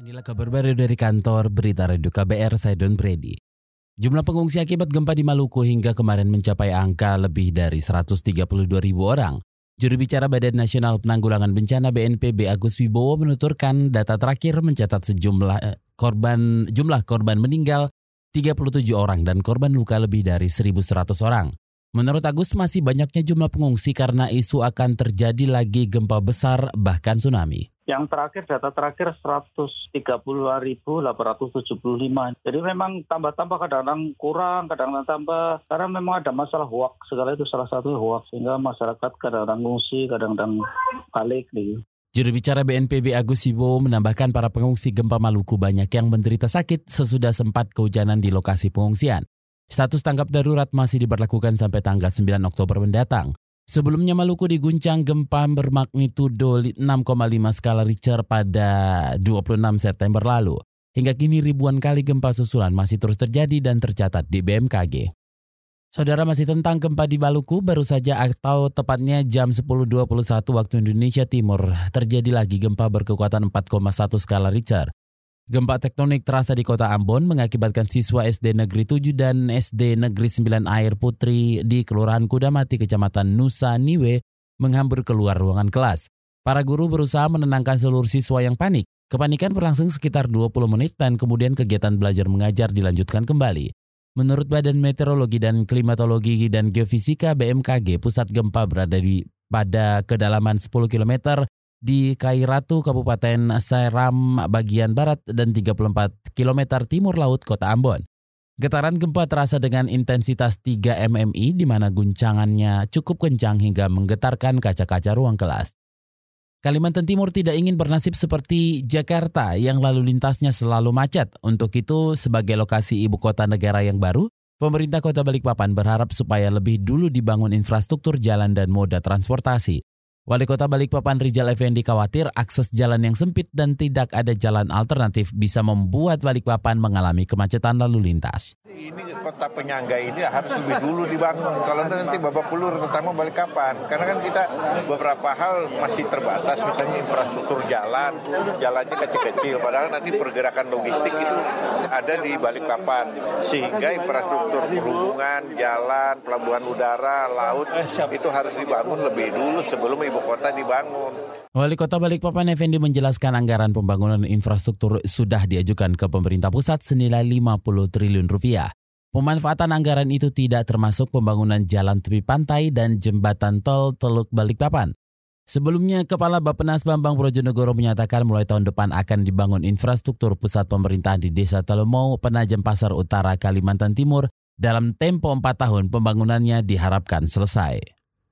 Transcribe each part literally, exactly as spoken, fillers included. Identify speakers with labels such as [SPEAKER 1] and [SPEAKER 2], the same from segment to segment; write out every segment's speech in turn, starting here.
[SPEAKER 1] Inilah kabar baru dari kantor Berita Radio K B R, saya Don Brady. Jumlah pengungsi akibat gempa di Maluku hingga kemarin mencapai angka lebih dari seratus tiga puluh dua ribu orang. Juru bicara Badan Nasional Penanggulangan Bencana B N P B Agus Wibowo menuturkan data terakhir mencatat sejumlah korban jumlah korban meninggal tiga puluh tujuh orang dan korban luka lebih dari seribu seratus orang. Menurut Agus, masih banyaknya jumlah pengungsi karena isu akan terjadi lagi gempa besar bahkan tsunami.
[SPEAKER 2] Yang terakhir, data terakhir seratus tiga puluh dua ribu delapan ratus tujuh puluh lima. Jadi memang tambah-tambah, kadang-kadang kurang, kadang-kadang tambah. Karena memang ada masalah hoax, segala itu salah satu hoax. Sehingga masyarakat kadang-kadang ngungsi, kadang-kadang balik. Gitu.
[SPEAKER 1] Juru bicara B N P B Agus Wibowo menambahkan para pengungsi gempa Maluku banyak yang menderita sakit sesudah sempat kehujanan di lokasi pengungsian. Status tanggap darurat masih diberlakukan sampai tanggal sembilan Oktober mendatang. Sebelumnya Maluku diguncang gempa bermagnitudo enam koma lima skala Richter pada dua puluh enam September lalu. Hingga kini ribuan kali gempa susulan masih terus terjadi dan tercatat di B M K G. Saudara, masih tentang gempa di Maluku, baru saja atau tepatnya jam sepuluh dua puluh satu waktu Indonesia Timur terjadi lagi gempa berkekuatan empat koma satu skala Richter. Gempa tektonik terasa di kota Ambon mengakibatkan siswa S D Negeri tujuh dan S D Negeri sembilan Air Putri di Kelurahan Kudamati, Kecamatan Nusa Niwe menghambur keluar ruangan kelas. Para guru berusaha menenangkan seluruh siswa yang panik. Kepanikan berlangsung sekitar dua puluh menit dan kemudian kegiatan belajar mengajar dilanjutkan kembali. Menurut Badan Meteorologi dan Klimatologi dan Geofisika B M K G, pusat gempa berada di pada kedalaman sepuluh kilometer di Kairatu, Kabupaten Seram bagian barat dan tiga puluh empat kilometer timur laut kota Ambon. Getaran gempa terasa dengan intensitas tiga mmi di mana guncangannya cukup kencang hingga menggetarkan kaca-kaca ruang kelas. Kalimantan Timur tidak ingin bernasib seperti Jakarta yang lalu lintasnya selalu macet. Untuk itu, sebagai lokasi ibu kota negara yang baru, pemerintah Kota Balikpapan berharap supaya lebih dulu dibangun infrastruktur jalan dan moda transportasi. Wali Kota Balikpapan Rijal Effendi khawatir akses jalan yang sempit dan tidak ada jalan alternatif bisa membuat Balikpapan mengalami kemacetan lalu lintas.
[SPEAKER 3] Ini kota penyangga ini harus lebih dulu dibangun. Kalau nanti babak belur, terutama Balikpapan. Karena kan kita beberapa hal masih terbatas, misalnya infrastruktur jalan, jalannya kecil-kecil. Padahal nanti pergerakan logistik itu ada di Balikpapan. Sehingga infrastruktur perhubungan, jalan, pelabuhan udara, laut, itu harus dibangun lebih dulu sebelum ibu kota dibangun.
[SPEAKER 1] Wali Kota Balikpapan Effendi menjelaskan anggaran pembangunan infrastruktur sudah diajukan ke pemerintah pusat senilai lima puluh triliun rupiah. Pemanfaatan anggaran itu tidak termasuk pembangunan jalan tepi pantai dan jembatan tol Teluk Balikpapan. Sebelumnya, Kepala Bappenas Bambang Brojonegoro menyatakan mulai tahun depan akan dibangun infrastruktur pusat pemerintahan di Desa Telomau, Penajam Pasar Utara, Kalimantan Timur. Dalam tempo empat tahun pembangunannya diharapkan selesai.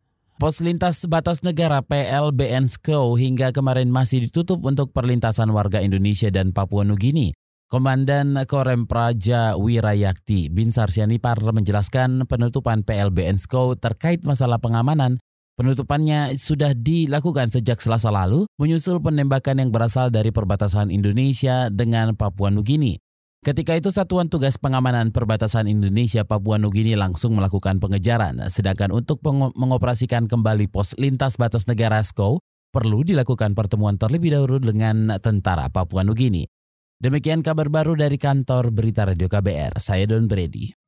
[SPEAKER 1] Pos lintas batas negara P L B N S K O hingga kemarin masih ditutup untuk perlintasan warga Indonesia dan Papua Nugini. Komandan Korem Praja Wirayakti Binsar Sianipar menjelaskan penutupan P L B N S K O terkait masalah pengamanan. Penutupannya sudah dilakukan sejak Selasa lalu, menyusul penembakan yang berasal dari perbatasan Indonesia dengan Papua Nugini. Ketika itu Satuan Tugas Pengamanan Perbatasan Indonesia Papua Nugini langsung melakukan pengejaran, sedangkan untuk peng- mengoperasikan kembali pos lintas batas negara S K O perlu dilakukan pertemuan terlebih dahulu dengan tentara Papua Nugini. Demikian kabar baru dari kantor Berita Radio K B R, saya Don Brady.